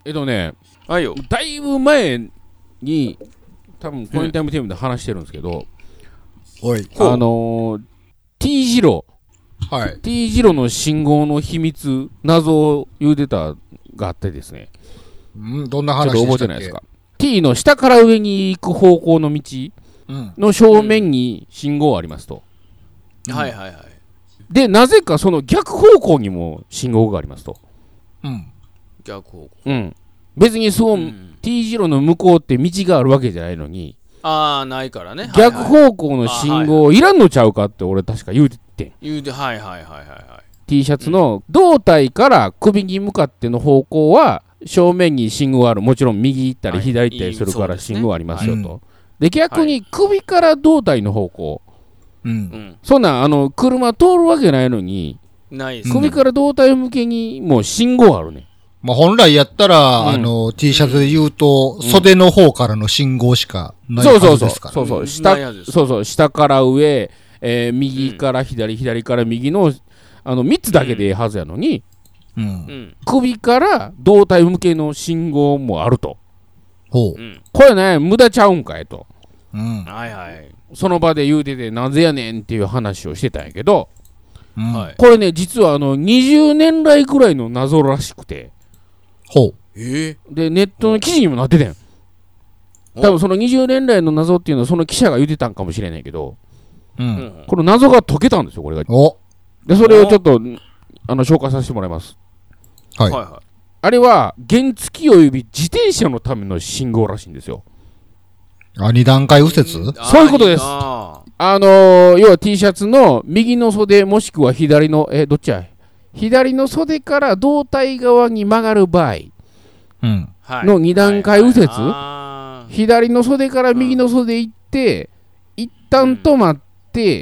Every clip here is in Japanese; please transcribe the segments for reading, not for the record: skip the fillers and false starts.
はいよ。 だいぶ前に多分コインタイムテーマで話してるんですけど、 おい。 T 字路、 はい。 T 字路の信号の秘密、謎を言うてたがあってですね。 どんなちょっと話でしたっけ？ 覚えてないですか。T の下から上に行く方向の道うんの正面に信号ありますと。 はいはいはい。 で、なぜかその逆方向にも信号がありますと。 逆方向。 別にそう、T 字路の向こうって道があるわけじゃないのに、 ないからね。 逆方向の信号いらんのちゃうかって俺確か言うててん。 はいはいはいはいはい。 T シャツの胴体から首に向かっての方向は正面に信号ある。もちろん右行ったり左行ったりするから信号ありますよと。で、逆に首から胴体の方向。そんなん車通るわけないのに、首から胴体向けにもう信号あるね。 まあ、本来やったら、T シャツで言うと、袖の方からの信号しかないはずですから。 そう、下から上、右から左、左から右の、3つだけでいいはずやのに、首から胴体向けの信号もあると。これね、無駄ちゃうんかいと。その場で言うてて、なぜやねんっていう話をしてたんやけど、これね、実は20年来ぐらいの謎らしくて、で、ネットの記事にもなってたん。多分その20年来の謎っていうのはその記者が言ってたんかもしれないけど、この謎が解けたんですよ、これが。で、それをちょっと紹介させてもらいます。あれは原付および自転車のための信号らしいんですよ。 二段階右折？ そういうことです。要は T シャツの右の袖もしくは左のどっちや、左の袖から胴体側に曲がる場合の二段階右折、左の袖から右の袖行って、一旦止まって、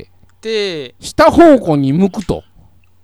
下方向に向くと。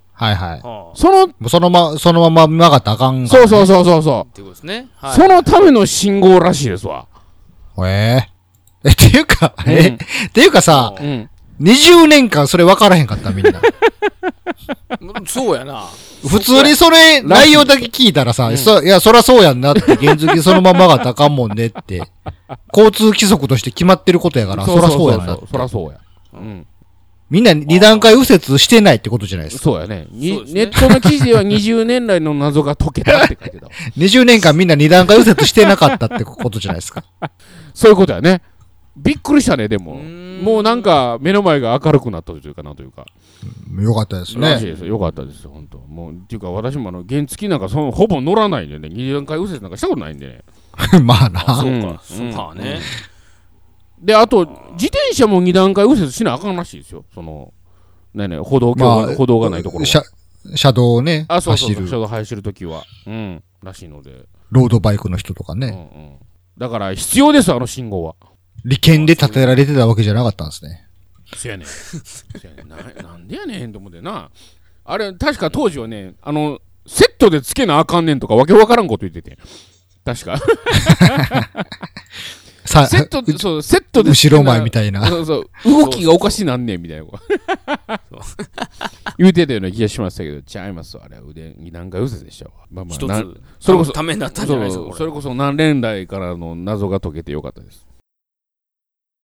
そのまま曲がったらあかんからね。そう。 そのための信号らしいですわ。 っていうかさ、20年間それ分からへんかったみんな。 そうやな。 普通にそれ、内容だけ聞いたらさ、いや、そらそうやんなって、原付そのまま曲がったらあかんもんねって、交通規則として決まってることやから、そらそうやんなって。 そらそうや。 みんな二段階右折してないってことじゃないですか。 そうやね。ネットの記事では20年来の謎が解けたって書いてた。 20年間みんな二段階右折してなかったってことじゃないですか。 そういうことやね。びっくりしたね、でも。もうなんか目の前が明るくなったというかなんというか。 よかったですね。 らしいです。よかったですよ、本当。もう、っていうか私も原付なんかほぼ乗らないんでね、二段階右折なんかしたことないんでね。 まあな。 そうか。まあね。 で、あと、自転車も二段階右折しなあかんらしいですよ。歩道がないところは。 車道をね、 そう走る。 車道走るときは。らしいので。 ロードバイクの人とかね。 だから必要です、信号は。 利権で建てられてたわけじゃなかったんですね。 そやねん。なんでやねんと思ってな。あれ、確か当時はね、セットでつけなあかんねんとかわけわからんこと言ってて。確か。セットで後ろ前みたいな。 動きがおかしなんねんみたいな。言うてたような気がしましたけど、違います。あれは二段階右折でしたわ。 一つ、それこそためになったんじゃないですか。 それこそ何年来からの謎が解けてよかったです。